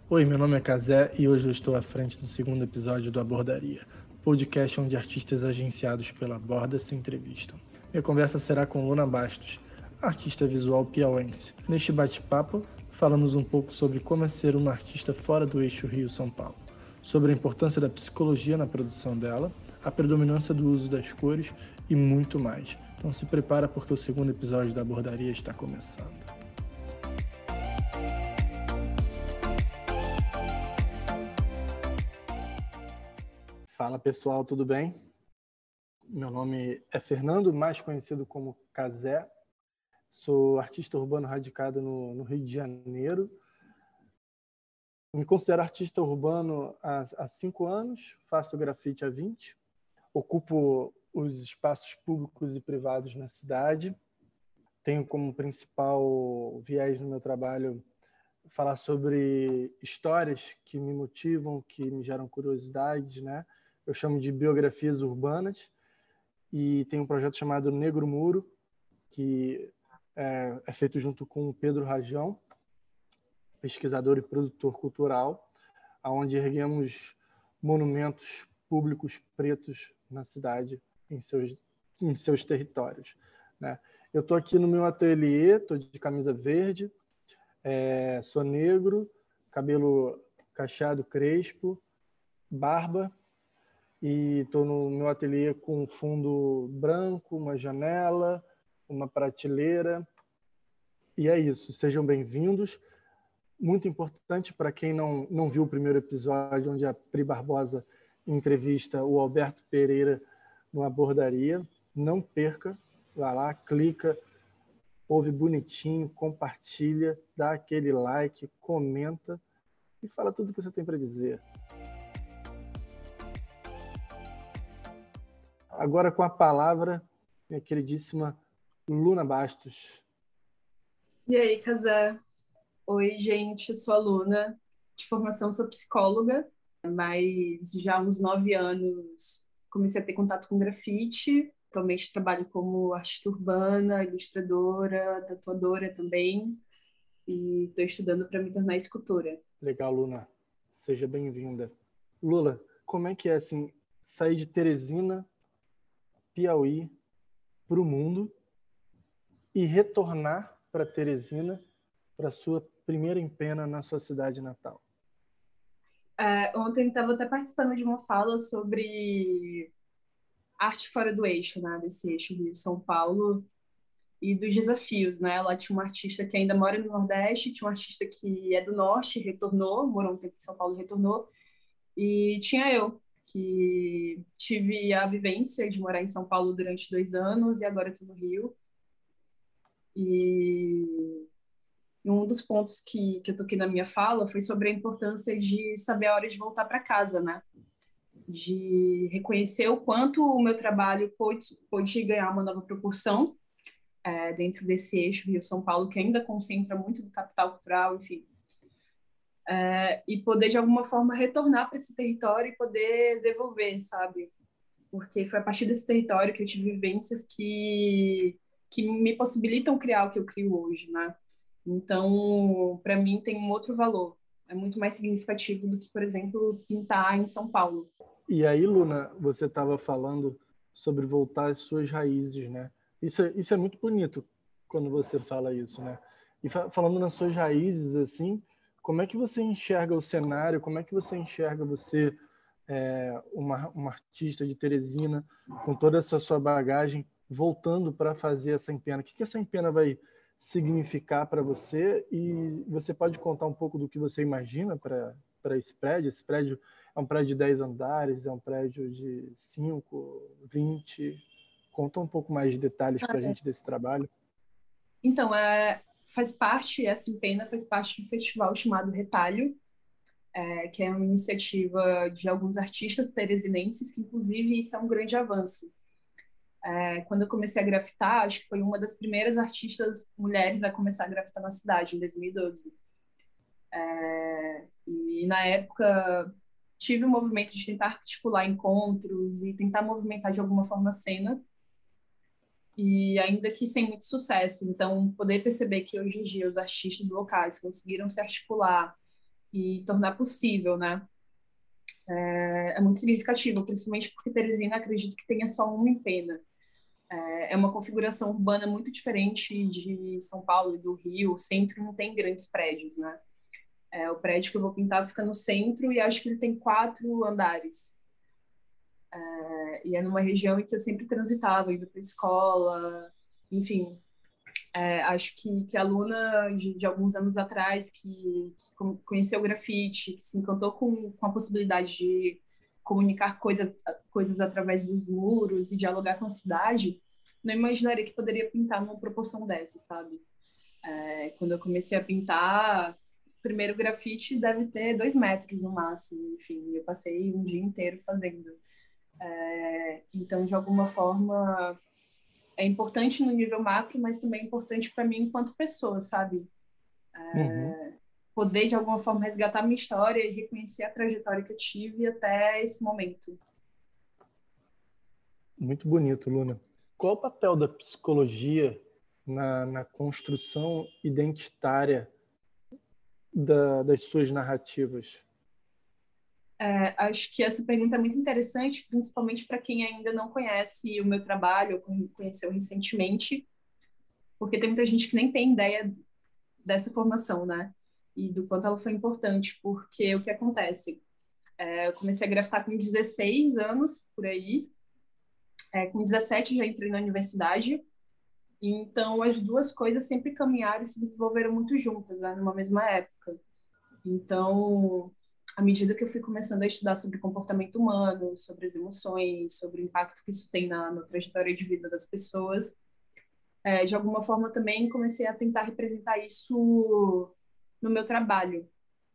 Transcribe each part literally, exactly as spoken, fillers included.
Oi, meu nome é Kazé e hoje eu estou à frente do segundo episódio do Abordaria, podcast onde artistas agenciados pela Aborda se entrevistam. Minha conversa será com Luna Bastos, artista visual piauense. Neste bate-papo, falamos um pouco sobre como é ser uma artista fora do eixo Rio-São Paulo, sobre a importância da psicologia na produção dela, a predominância do uso das cores e muito mais. Então se prepara porque o segundo episódio da Abordaria está começando. Fala pessoal, tudo bem? Meu nome é Fernando, mais conhecido como Kazé. Sou artista urbano radicado no, no Rio de Janeiro. Me considero artista urbano há, há cinco anos, faço grafite há vinte. Ocupo os espaços públicos e privados na cidade. Tenho como principal viés no meu trabalho falar sobre histórias que me motivam, que me geram curiosidades, né? Eu chamo de biografias urbanas. E tem um projeto chamado Negro Muro, que é, é feito junto com o Pedro Rajão, pesquisador e produtor cultural, onde erguemos monumentos públicos pretos na cidade, em seus, em seus territórios. Né? Eu estou aqui no meu ateliê, estou de camisa verde, é, sou negro, cabelo cacheado crespo, barba, e estou no meu ateliê com um fundo branco, uma janela, uma prateleira. E é isso, sejam bem-vindos. Muito importante para quem não, não viu o primeiro episódio, onde a Pri Barbosa entrevista o Alberto Pereira no Abordaria. Não perca, vai lá, clica, ouve bonitinho, compartilha, dá aquele like, comenta e fala tudo o que você tem para dizer. Agora com a palavra, minha queridíssima Luna Bastos. E aí, Kazé? Oi, gente, eu sou aluna de formação, sou psicóloga, mas já há uns nove anos comecei a ter contato com grafite. Atualmente trabalho como artista urbana, ilustradora, tatuadora também, e estou estudando para me tornar escultora. Legal, Luna. Seja bem-vinda. Lula, como é que é assim sair de Teresina, Piauí, para o mundo e retornar para Teresina, para sua primeira empena na sua cidade natal? É, ontem estava até participando de uma fala sobre arte fora do eixo, né, desse eixo Rio-São Paulo, e dos desafios, né? Lá tinha uma artista que ainda mora no Nordeste, tinha um artista que é do Norte, retornou, morou um tempo em São Paulo, retornou, e tinha eu, que tive a vivência de morar em São Paulo durante dois anos e agora estou no Rio. E um dos pontos que, que eu toquei na minha fala foi sobre a importância de saber a hora de voltar para casa, né? De reconhecer o quanto o meu trabalho pôde, pôde ganhar uma nova proporção é, dentro desse eixo Rio-São Paulo, que ainda concentra muito do capital cultural, enfim. É, e poder, de alguma forma, retornar para esse território e poder devolver, sabe? Porque foi a partir desse território que eu tive vivências que, que me possibilitam criar o que eu crio hoje, né? Então, para mim, tem um outro valor. É muito mais significativo do que, por exemplo, pintar em São Paulo. E aí, Luna, você estava falando sobre voltar às suas raízes, né? Isso é, isso é muito bonito quando você fala isso, né? E fa falando nas suas raízes, assim, como é que você enxerga o cenário? Como é que você enxerga você, é, uma, uma artista de Teresina, com toda essa sua bagagem, voltando para fazer essa empena? O que, que essa empena vai significar para você? E você pode contar um pouco do que você imagina para para esse prédio? Esse prédio é um prédio de dez andares, é um prédio de cinco, vinte. Conta um pouco mais de detalhes para a gente desse trabalho. Então, é, faz parte, essa empena faz parte de um festival chamado Retalho, é, que é uma iniciativa de alguns artistas teresinenses, que inclusive isso é um grande avanço. É, quando eu comecei a grafitar, acho que foi uma das primeiras artistas mulheres a começar a grafitar na cidade, em dois mil e doze. É, e na época tive o movimento de tentar articular encontros e tentar movimentar de alguma forma a cena, e ainda que sem muito sucesso. Então, poder perceber que hoje em dia os artistas locais conseguiram se articular e tornar possível, né? É, é muito significativo, principalmente porque Teresina acredito que tenha só uma em Pena. É uma configuração urbana muito diferente de São Paulo e do Rio. O centro não tem grandes prédios, né? É, o prédio que eu vou pintar fica no centro e acho que ele tem quatro andares. É, e é numa região em que eu sempre transitava, indo para escola, enfim. É, acho que, que a aluna de, de alguns anos atrás, que, que conheceu o grafite, que se encantou com, com a possibilidade de comunicar coisa, coisas através dos muros e dialogar com a cidade, não imaginaria que poderia pintar numa proporção dessa, sabe? É, quando eu comecei a pintar, o primeiro grafite deve ter dois metros no máximo, enfim, eu passei um dia inteiro fazendo. É, então, de alguma forma, é importante no nível macro, mas também é importante para mim enquanto pessoa, sabe? É, Uhum. poder, de alguma forma, resgatar minha história e reconhecer a trajetória que eu tive até esse momento. Muito bonito, Luna. Qual o papel da psicologia na, na construção identitária da, das suas narrativas? É, acho que essa pergunta é muito interessante, principalmente para quem ainda não conhece o meu trabalho, ou conheceu recentemente, porque tem muita gente que nem tem ideia dessa formação, né? E do quanto ela foi importante, porque o que acontece? É, eu comecei a grafitar com dezesseis anos, por aí. É, com dezessete já entrei na universidade. Então, as duas coisas sempre caminharam e se desenvolveram muito juntas, né? Numa mesma época. Então, à medida que eu fui começando a estudar sobre comportamento humano, sobre as emoções, sobre o impacto que isso tem na, na trajetória de vida das pessoas, é, de alguma forma também comecei a tentar representar isso no meu trabalho.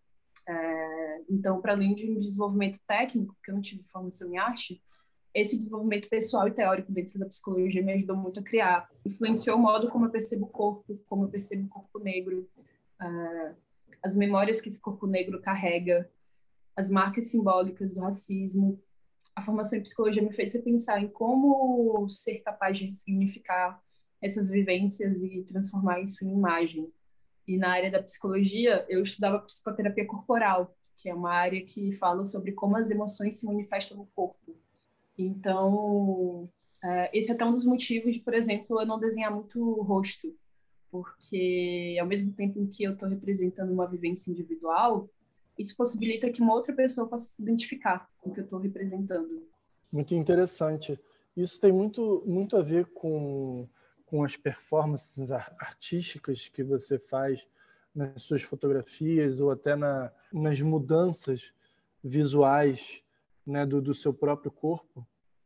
É, então, para além de um desenvolvimento técnico, porque eu não tive formação em arte, esse desenvolvimento pessoal e teórico dentro da psicologia me ajudou muito a criar. Influenciou o modo como eu percebo o corpo, como eu percebo o corpo negro, uh, as memórias que esse corpo negro carrega, as marcas simbólicas do racismo. A formação em psicologia me fez pensar em como ser capaz de significar essas vivências e transformar isso em imagem. E na área da psicologia, eu estudava psicoterapia corporal, que é uma área que fala sobre como as emoções se manifestam no corpo. Então, esse é até um dos motivos de, por exemplo, eu não desenhar muito o rosto, porque ao mesmo tempo em que eu estou representando uma vivência individual, isso possibilita que uma outra pessoa possa se identificar com o que eu estou representando. Muito interessante. Isso tem muito, muito a ver com, com as performances artísticas que você faz nas suas fotografias ou até na, nas mudanças visuais, né, do, do seu próprio corpo?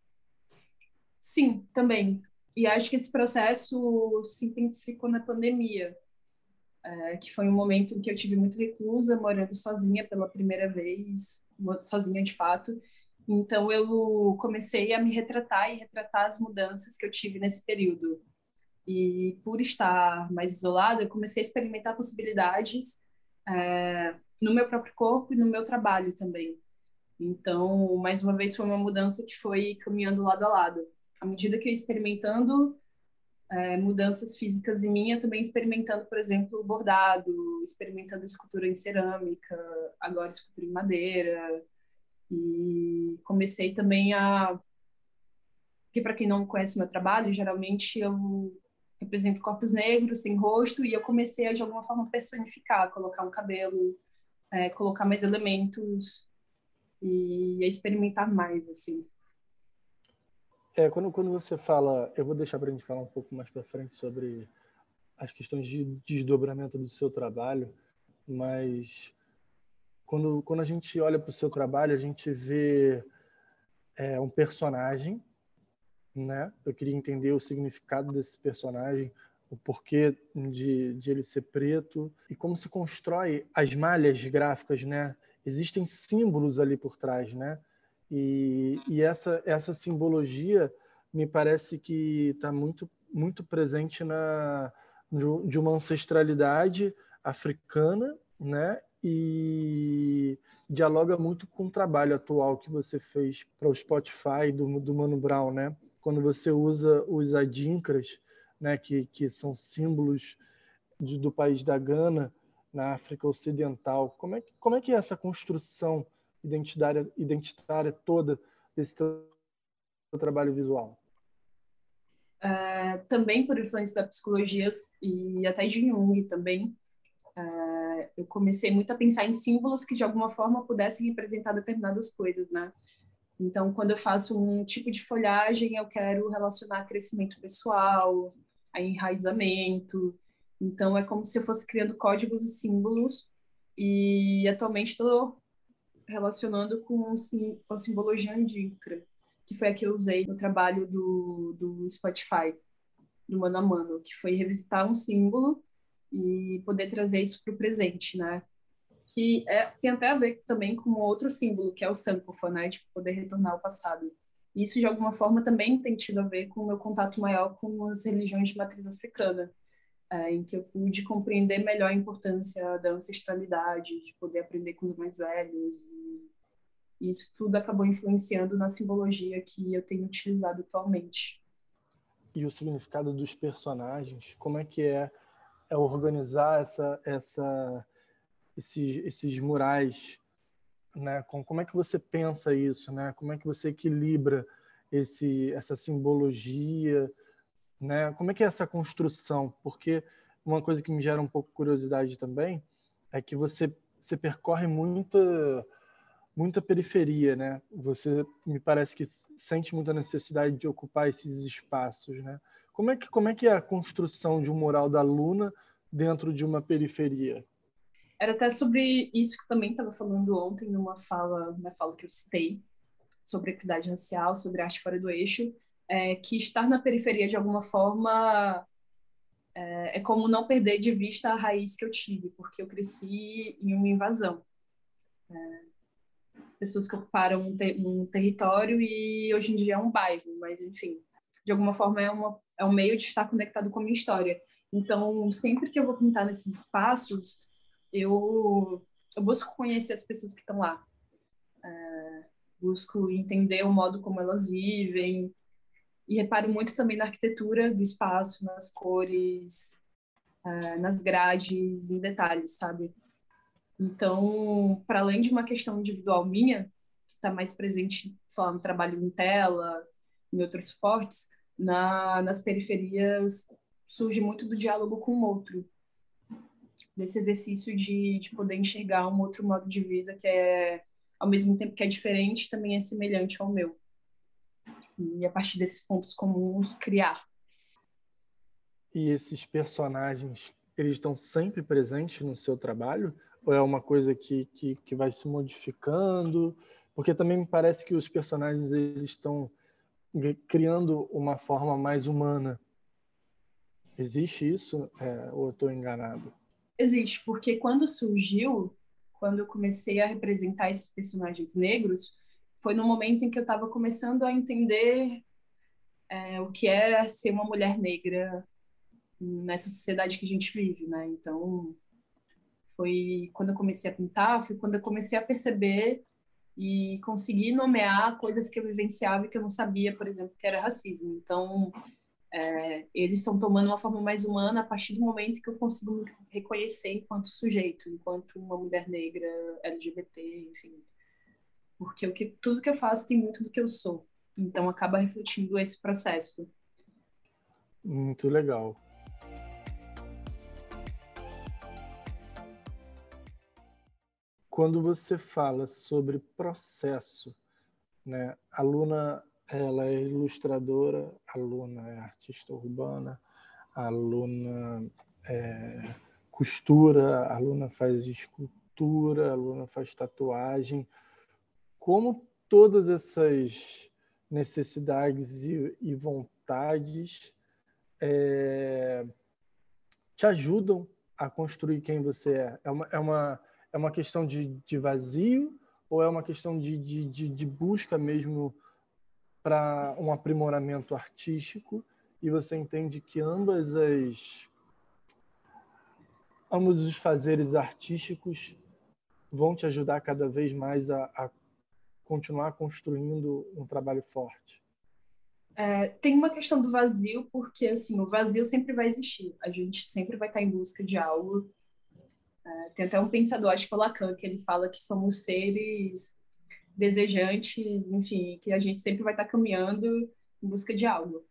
Sim, também. E acho que esse processo se intensificou na pandemia, é, que foi um momento em que eu tive muito reclusa, morando sozinha pela primeira vez, sozinha de fato. Então eu comecei a me retratar e retratar as mudanças que eu tive nesse período. E por estar mais isolada, eu comecei a experimentar possibilidades é, no meu próprio corpo e no meu trabalho também. Então, mais uma vez, foi uma mudança que foi caminhando lado a lado. À medida que eu ia experimentando é, mudanças físicas em mim, eu também experimentando, por exemplo, bordado, experimentando escultura em cerâmica, agora escultura em madeira. E comecei também a... Porque, para quem não conhece o meu trabalho, geralmente eu represento corpos negros, sem rosto, e eu comecei a, de alguma forma, personificar, colocar um cabelo, é, colocar mais elementos e a experimentar mais, assim. É, quando, quando você fala, eu vou deixar para a gente falar um pouco mais para frente sobre as questões de desdobramento do seu trabalho, mas quando, quando a gente olha para o seu trabalho, a gente vê é, um personagem, né? Eu queria entender o significado desse personagem, o porquê de, de ele ser preto e como se constrói as malhas gráficas, né? Existem símbolos ali por trás, né? E, e essa, essa simbologia me parece que está muito, muito presente na, de uma ancestralidade africana, né? E dialoga muito com o trabalho atual que você fez para o Spotify do, do Mano Brown, né? Quando você usa os adinkras, né? Que, que são símbolos de, do país da Gana, na África Ocidental. Como é que, como é, que é essa construção identitária, identitária toda desse teu trabalho visual? É, também por influência da psicologia e até de Jung também, é, eu comecei muito a pensar em símbolos que de alguma forma pudessem representar determinadas coisas, né? Então, quando eu faço um tipo de folhagem, eu quero relacionar crescimento pessoal, a enraizamento. Então, é como se eu fosse criando códigos e símbolos. E atualmente estou relacionando com, sim, com a simbologia andíncra, que foi a que eu usei no trabalho do, do Spotify, do Mano a Mano, que foi revisitar um símbolo e poder trazer isso para o presente, né? Que é, tem até a ver também com outro símbolo, que é o Sankofa, né? De poder retornar ao passado. E isso, de alguma forma, também tem tido a ver com o meu contato maior com as religiões de matriz africana, é, em que eu pude compreender melhor a importância da ancestralidade, de poder aprender com os mais velhos. E, e isso tudo acabou influenciando na simbologia que eu tenho utilizado atualmente. E o significado dos personagens, como é que é, é organizar essa, essa, esses, esses murais, né? Como é que você pensa isso, né? Como é que você equilibra esse, essa simbologia, né? Como é que é essa construção? Porque uma coisa que me gera um pouco de curiosidade também é que você, você percorre muita, muita periferia, né? Você me parece que sente muita necessidade de ocupar esses espaços, né? Como é que, como é que é a construção de um mural da Luna dentro de uma periferia? Era até sobre isso que eu também estava falando ontem, numa fala, numa fala que eu citei, sobre equidade racial, sobre arte fora do eixo, é, que estar na periferia, de alguma forma, é, é como não perder de vista a raiz que eu tive, porque eu cresci em uma invasão. É, pessoas que ocuparam um, ter, um território e hoje em dia é um bairro, mas, enfim, de alguma forma é, uma, é um meio de estar conectado com a minha história. Então, sempre que eu vou pintar nesses espaços, eu, eu busco conhecer as pessoas que estão lá. É, busco entender o modo como elas vivem, e reparo muito também na arquitetura do espaço, nas cores, uh, nas grades, em detalhes, sabe? Então, para além de uma questão individual minha, que está mais presente, sei lá, no trabalho em tela, em outros suportes, na, nas periferias surge muito do diálogo com o outro, desse exercício de, de poder enxergar um outro modo de vida que é, ao mesmo tempo que é diferente, também é semelhante ao meu. E a partir desses pontos comuns, criar. E esses personagens, eles estão sempre presentes no seu trabalho? Ou é uma coisa que, que, que vai se modificando? Porque também me parece que os personagens eles estão criando uma forma mais humana. Existe isso? É, ou eu estou enganado? Existe, porque quando surgiu, quando eu comecei a representar esses personagens negros, foi no momento em que eu estava começando a entender é, o que era ser uma mulher negra nessa sociedade que a gente vive, né? Então, foi quando eu comecei a pintar, foi quando eu comecei a perceber e conseguir nomear coisas que eu vivenciava e que eu não sabia, por exemplo, que era racismo. Então, é, eles estão tomando uma forma mais humana a partir do momento que eu consigo me reconhecer enquanto sujeito, enquanto uma mulher negra, L G B T, enfim. Porque o que, tudo que eu faço tem muito do que eu sou. Então, acaba refletindo esse processo. Muito legal. Quando você fala sobre processo, né? A Luna, ela é ilustradora, a Luna é artista urbana, a Luna é, costura, a Luna faz escultura, a Luna faz tatuagem. Como todas essas necessidades e, e vontades é, te ajudam a construir quem você é? É uma, é uma, é uma questão de, de vazio ou é uma questão de, de, de, de busca mesmo para um aprimoramento artístico e você entende que ambas as ambos os fazeres artísticos vão te ajudar cada vez mais a, a continuar construindo um trabalho forte? É, tem uma questão do vazio, porque assim, o vazio sempre vai existir. A gente sempre vai estar em busca de algo. É, tem até um pensador, acho que é o Lacan, que ele fala que somos seres desejantes, enfim, que a gente sempre vai estar caminhando em busca de algo.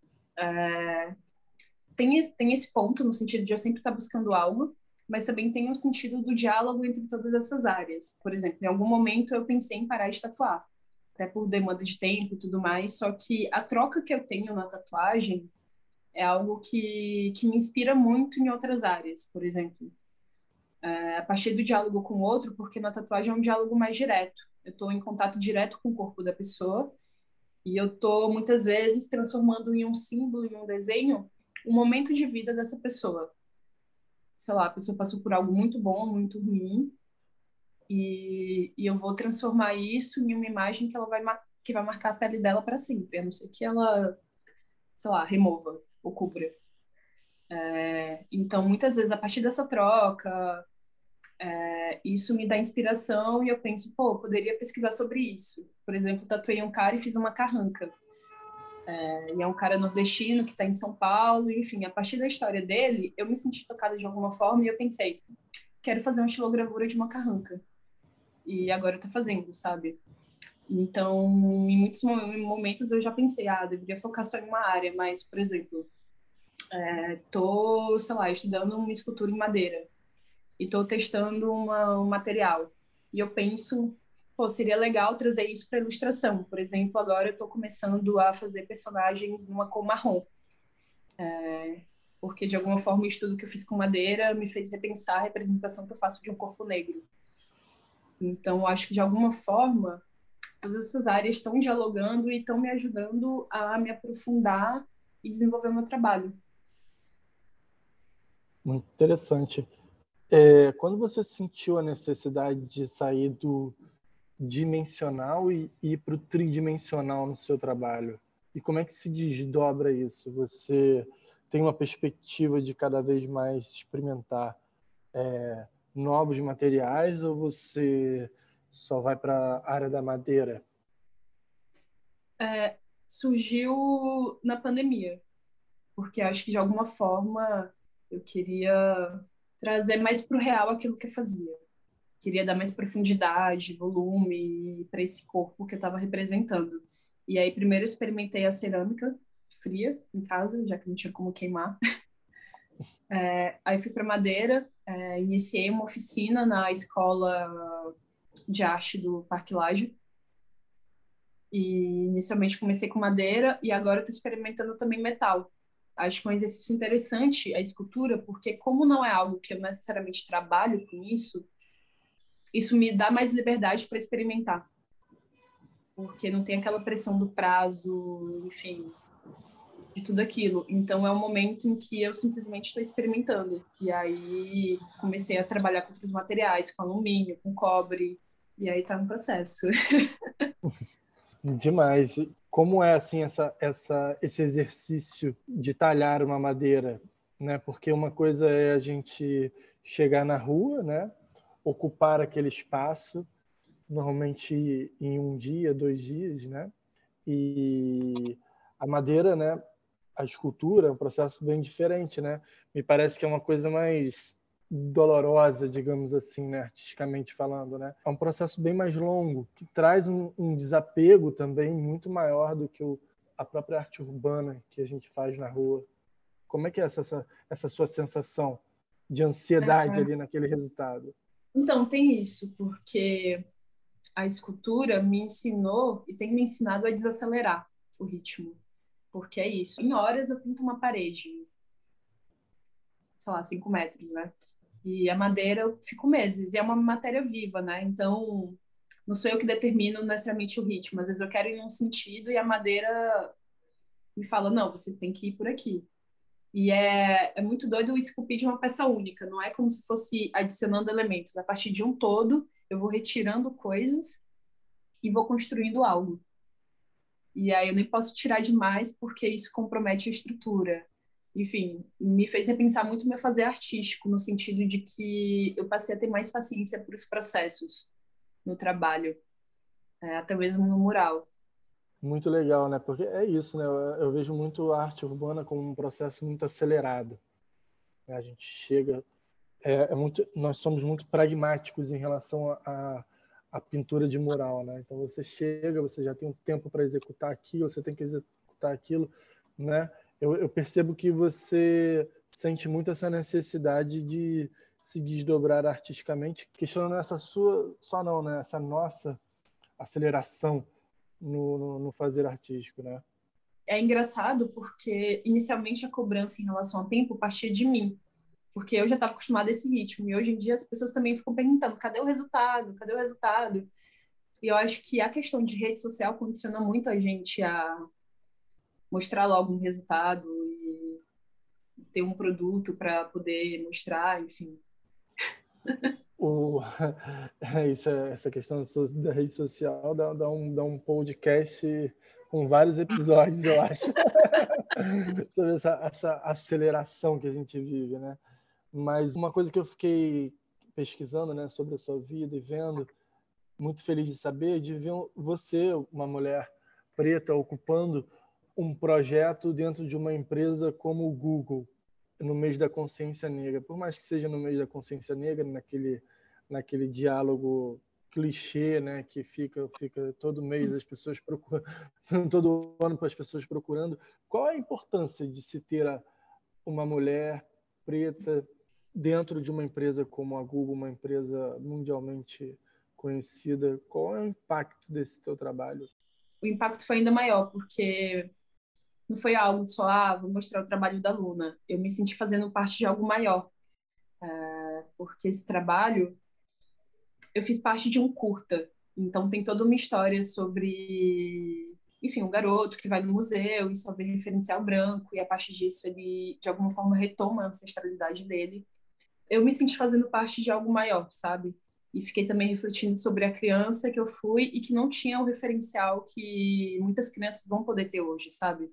Tem esse, tem esse ponto, no sentido de eu sempre estar buscando algo, mas também tem o sentido do diálogo entre todas essas áreas. Por exemplo, em algum momento eu pensei em parar de tatuar, até por demanda de tempo e tudo mais, só que a troca que eu tenho na tatuagem é algo que, que me inspira muito em outras áreas, por exemplo. É, a partir do diálogo com o outro, porque na tatuagem é um diálogo mais direto. Eu estou em contato direto com o corpo da pessoa e eu estou, muitas vezes, transformando em um símbolo, em um desenho, o momento de vida dessa pessoa. Sei lá, a pessoa passou por algo muito bom, muito ruim, e, e eu vou transformar isso em uma imagem que ela vai, que vai marcar a pele dela para sempre, a não ser que ela, sei lá, remova ou cubra. É, então, muitas vezes, a partir dessa troca, é, isso me dá inspiração e eu penso, pô, eu poderia pesquisar sobre isso. Por exemplo, tatuei um cara e fiz uma carranca. É, e é um cara nordestino que está em São Paulo, enfim, a partir da história dele, eu me senti tocada de alguma forma e eu pensei, quero fazer uma estilogravura de uma carranca. E agora eu tô fazendo, sabe? Então, em muitos momentos eu já pensei, ah, deveria focar só em uma área, mas, por exemplo, é, tô, sei lá, estudando uma escultura em madeira e tô testando uma, um material. E eu penso, pô, seria legal trazer isso para ilustração. Por exemplo, agora eu tô começando a fazer personagens numa cor marrom. É, porque, de alguma forma, o estudo que eu fiz com madeira me fez repensar a representação que eu faço de um corpo negro. Então, acho que, de alguma forma, todas essas áreas estão dialogando e estão me ajudando a me aprofundar e desenvolver o meu trabalho. Muito interessante. É, quando você sentiu a necessidade de sair do dimensional e ir para o tridimensional no seu trabalho? E como é que se desdobra isso? Você tem uma perspectiva de cada vez mais experimentar é, novos materiais ou você só vai para a área da madeira? É, surgiu na pandemia, porque acho que de alguma forma eu queria trazer mais para o real aquilo que eu fazia. Queria dar mais profundidade, volume para esse corpo que eu estava representando. E aí, primeiro, eu experimentei a cerâmica fria em casa, já que não tinha como queimar. É, aí fui para madeira, é, iniciei uma oficina na escola de arte do Parque Lage. E inicialmente comecei com madeira e agora estou experimentando também metal. Acho que é um exercício interessante a escultura, porque como não é algo que eu necessariamente trabalho com isso, isso me dá mais liberdade para experimentar. Porque não tem aquela pressão do prazo, enfim, de tudo aquilo. Então é um momento em que eu simplesmente estou experimentando. E aí comecei a trabalhar com outros materiais, com alumínio, com cobre, e aí está no processo. Demais. Como é assim essa, essa, esse exercício de talhar uma madeira, né? Porque uma coisa é a gente chegar na rua, né? Ocupar aquele espaço, normalmente em um dia, dois dias, né? E a madeira, né? A escultura é um processo bem diferente, né? Me parece que é uma coisa mais dolorosa, digamos assim, né? Artisticamente falando, né? É um processo bem mais longo, que traz um, um desapego também muito maior do que o, a própria arte urbana que a gente faz na rua. Como é que é essa, essa, essa sua sensação de ansiedade ali naquele resultado? Então, tem isso, porque a escultura me ensinou e tem me ensinado a desacelerar o ritmo. Porque é isso. Em horas eu pinto uma parede, sei lá, cinco metros, né? E a madeira eu fico meses. E é uma matéria viva, né? Então, não sou eu que determino necessariamente o ritmo. Às vezes eu quero ir num sentido e a madeira me fala, não, você tem que ir por aqui. E é, é muito doido esculpir de uma peça única. Não é como se fosse adicionando elementos. A partir de um todo, eu vou retirando coisas e vou construindo algo. E aí eu nem posso tirar demais porque isso compromete a estrutura. Enfim, me fez repensar muito o meu fazer artístico, no sentido de que eu passei a ter mais paciência para os processos no trabalho, é, até mesmo no mural. Muito legal, né? Porque é isso, né? Eu, eu vejo muito a arte urbana como um processo muito acelerado. A gente chega é, é muito, nós somos muito pragmáticos em relação à a pintura de mural, né? Então você chega, você já tem um tempo para executar aquilo, você tem que executar aquilo, né? Eu, eu percebo que você sente muito essa necessidade de se desdobrar artisticamente, questionando essa sua, só não, né? Essa nossa aceleração no, no, no fazer artístico, né? É engraçado porque inicialmente a cobrança em relação ao tempo partia de mim, porque eu já estava acostumada a esse ritmo. E hoje em dia as pessoas também ficam perguntando: cadê o resultado? Cadê o resultado? E eu acho que a questão de rede social condiciona muito a gente a mostrar logo um resultado e ter um produto para poder mostrar, enfim. O, isso, essa questão da rede social dá, dá, um, dá um podcast com vários episódios, eu acho, sobre essa, essa aceleração que a gente vive, né? Mas uma coisa que eu fiquei pesquisando, né, sobre a sua vida e vendo, muito feliz de saber, de ver você, uma mulher preta, ocupando um projeto dentro de uma empresa como o Google, no mês da consciência negra. Por mais que seja no mês da consciência negra, naquele, naquele diálogo clichê, né, que fica, fica todo mês as pessoas procurando, todo ano para as pessoas procurando, qual a importância de se ter a, uma mulher preta dentro de uma empresa como a Google, uma empresa mundialmente conhecida? Qual é o impacto desse teu trabalho? O impacto foi ainda maior, porque não foi algo só, ah, vou mostrar o trabalho da Luna. Eu me senti fazendo parte de algo maior, é, porque esse trabalho, eu fiz parte de um curta. Então tem toda uma história sobre, enfim, um garoto que vai no museu e só vê referencial branco, e a partir disso ele, de alguma forma, retoma a ancestralidade dele. Eu me senti fazendo parte de algo maior, sabe? E fiquei também refletindo sobre a criança que eu fui e que não tinha o referencial que muitas crianças vão poder ter hoje, sabe?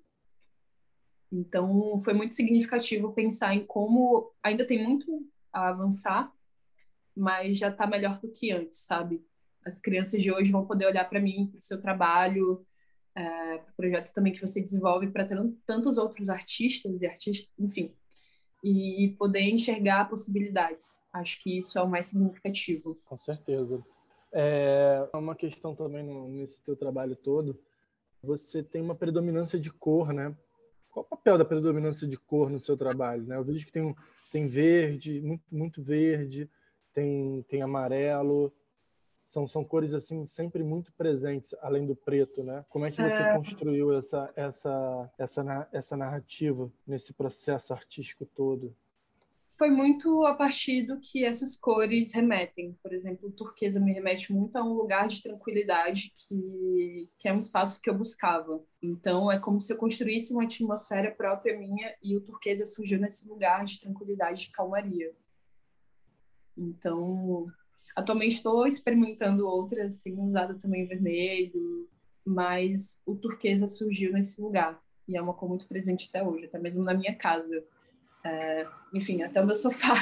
Então, foi muito significativo pensar em como ainda tem muito a avançar, mas já está melhor do que antes, sabe? As crianças de hoje vão poder olhar para mim, para o seu trabalho, é, para o projeto também que você desenvolve para tantos outros artistas e artistas, enfim, e poder enxergar possibilidades. Acho que isso é o mais significativo. Com certeza. É uma questão também no, nesse teu trabalho todo, você tem uma predominância de cor, né? Qual o papel da predominância de cor no seu trabalho, né? Eu vejo que tem, tem verde, muito, muito verde, tem, tem amarelo, são, são cores assim sempre muito presentes, além do preto, né? Como é que você É, construiu essa, essa, essa, essa narrativa nesse processo artístico todo? foi muito a partir do que essas cores remetem. Por exemplo, o turquesa me remete muito a um lugar de tranquilidade que, que é um espaço que eu buscava. Então, é como se eu construísse uma atmosfera própria minha e o turquesa surgiu nesse lugar de tranquilidade, de calmaria. Então, atualmente estou experimentando outras, tenho usado também vermelho, mas o turquesa surgiu nesse lugar e é uma cor muito presente até hoje, até mesmo na minha casa. É, enfim, até o meu sofá.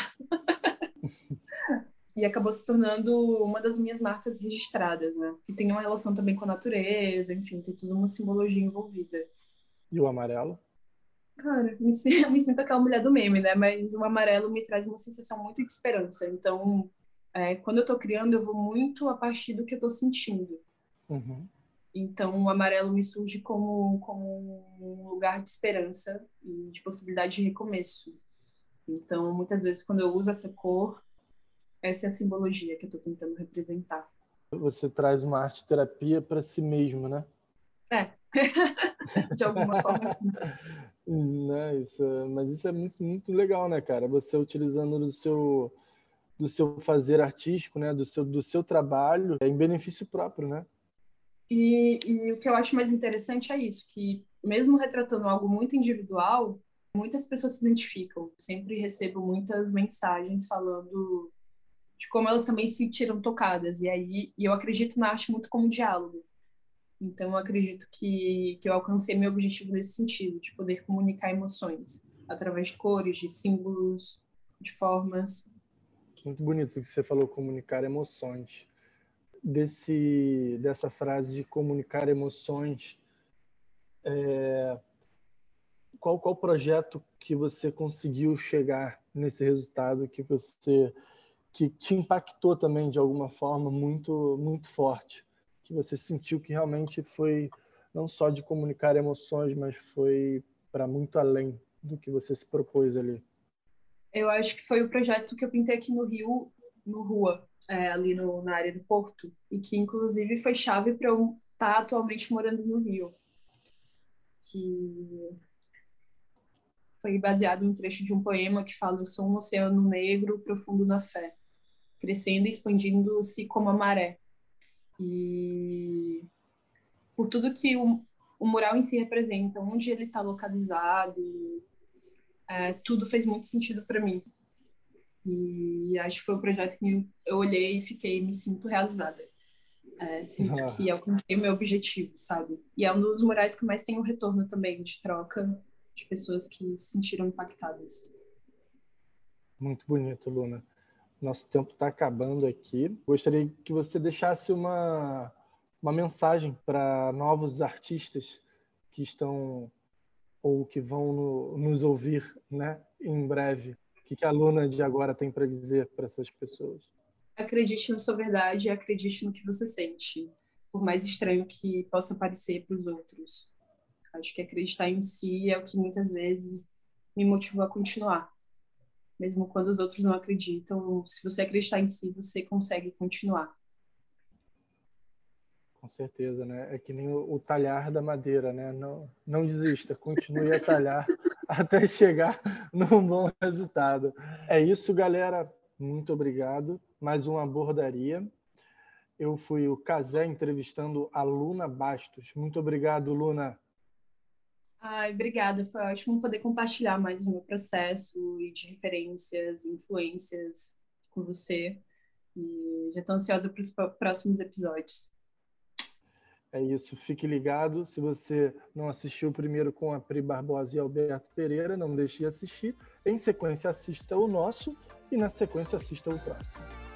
E acabou se tornando uma das minhas marcas registradas, né? Que tem uma relação também com a natureza, enfim, tem toda uma simbologia envolvida. E o amarelo? Cara, me, sinto, me sinto aquela mulher do meme, né? Mas o amarelo me traz uma sensação muito de esperança. Então, é, quando eu tô criando, eu vou muito a partir do que eu tô sentindo. Uhum. Então, o amarelo me surge como, como um lugar de esperança e de possibilidade de recomeço. Então, muitas vezes, quando eu uso essa cor, essa é a simbologia que eu estou tentando representar. Você traz uma arte terapia para si mesmo, né? É, de alguma forma, sim. Né? Isso, é- mas isso é muito, muito legal, né, cara? Você utilizando do seu, do seu fazer artístico, né? Do seu, do seu trabalho é em benefício próprio, né? E, e o que eu acho mais interessante é isso, que mesmo retratando algo muito individual, muitas pessoas se identificam. Sempre recebo muitas mensagens falando de como elas também se sentiram tocadas. E aí, e eu acredito na arte muito como diálogo. Então, eu acredito que, que eu alcancei meu objetivo nesse sentido, de poder comunicar emoções através de cores, de símbolos, de formas. Muito bonito o que você falou, comunicar emoções. Desse, dessa frase de comunicar emoções, qual qual projeto que você conseguiu chegar nesse resultado que você que te impactou também de alguma forma muito muito forte, que você sentiu que realmente foi não só de comunicar emoções, mas foi para muito além do que você se propôs ali? Eu acho que foi o projeto que eu pintei aqui no Rio, no Rua, é, ali no, na área do Porto, e que inclusive foi chave para eu estar atualmente morando no Rio, que foi baseado em um trecho de um poema que fala: eu sou um oceano negro profundo na fé, crescendo e expandindo-se como a maré. E por tudo que o, o mural em si representa, onde ele está localizado, é, tudo fez muito sentido para mim. E acho que foi o projeto que eu olhei e fiquei, me sinto realizada. É, sinto que alcancei o meu objetivo, sabe? E é um dos murais que mais tem um retorno também, de troca de pessoas que se sentiram impactadas. Muito bonito, Luna. Nosso tempo está acabando aqui. Gostaria que você deixasse uma, uma mensagem para novos artistas que estão ou que vão no, nos ouvir, né, em breve. O que, que a Luna de agora tem para dizer para essas pessoas? Acredite na sua verdade e acredite no que você sente, por mais estranho que possa parecer para os outros. Acho que acreditar em si é o que muitas vezes me motivou a continuar. Mesmo quando os outros não acreditam, se você acreditar em si, você consegue continuar. Com certeza, né? É que nem o, o talhar da madeira, né? Não, não desista, continue a talhar até chegar num bom resultado. É isso, galera. Muito obrigado. Mais uma abordaria. Eu fui o Cazé entrevistando a Luna Bastos. Muito obrigado, Luna. Ai, obrigada, foi ótimo poder compartilhar mais o meu processo e de referências, influências com você. E já estou ansiosa para os próximos episódios. É isso, fique ligado. Se você não assistiu o primeiro com a Pri Barbosa e Alberto Pereira, não deixe de assistir. Em sequência, assista o nosso e na sequência, assista o próximo.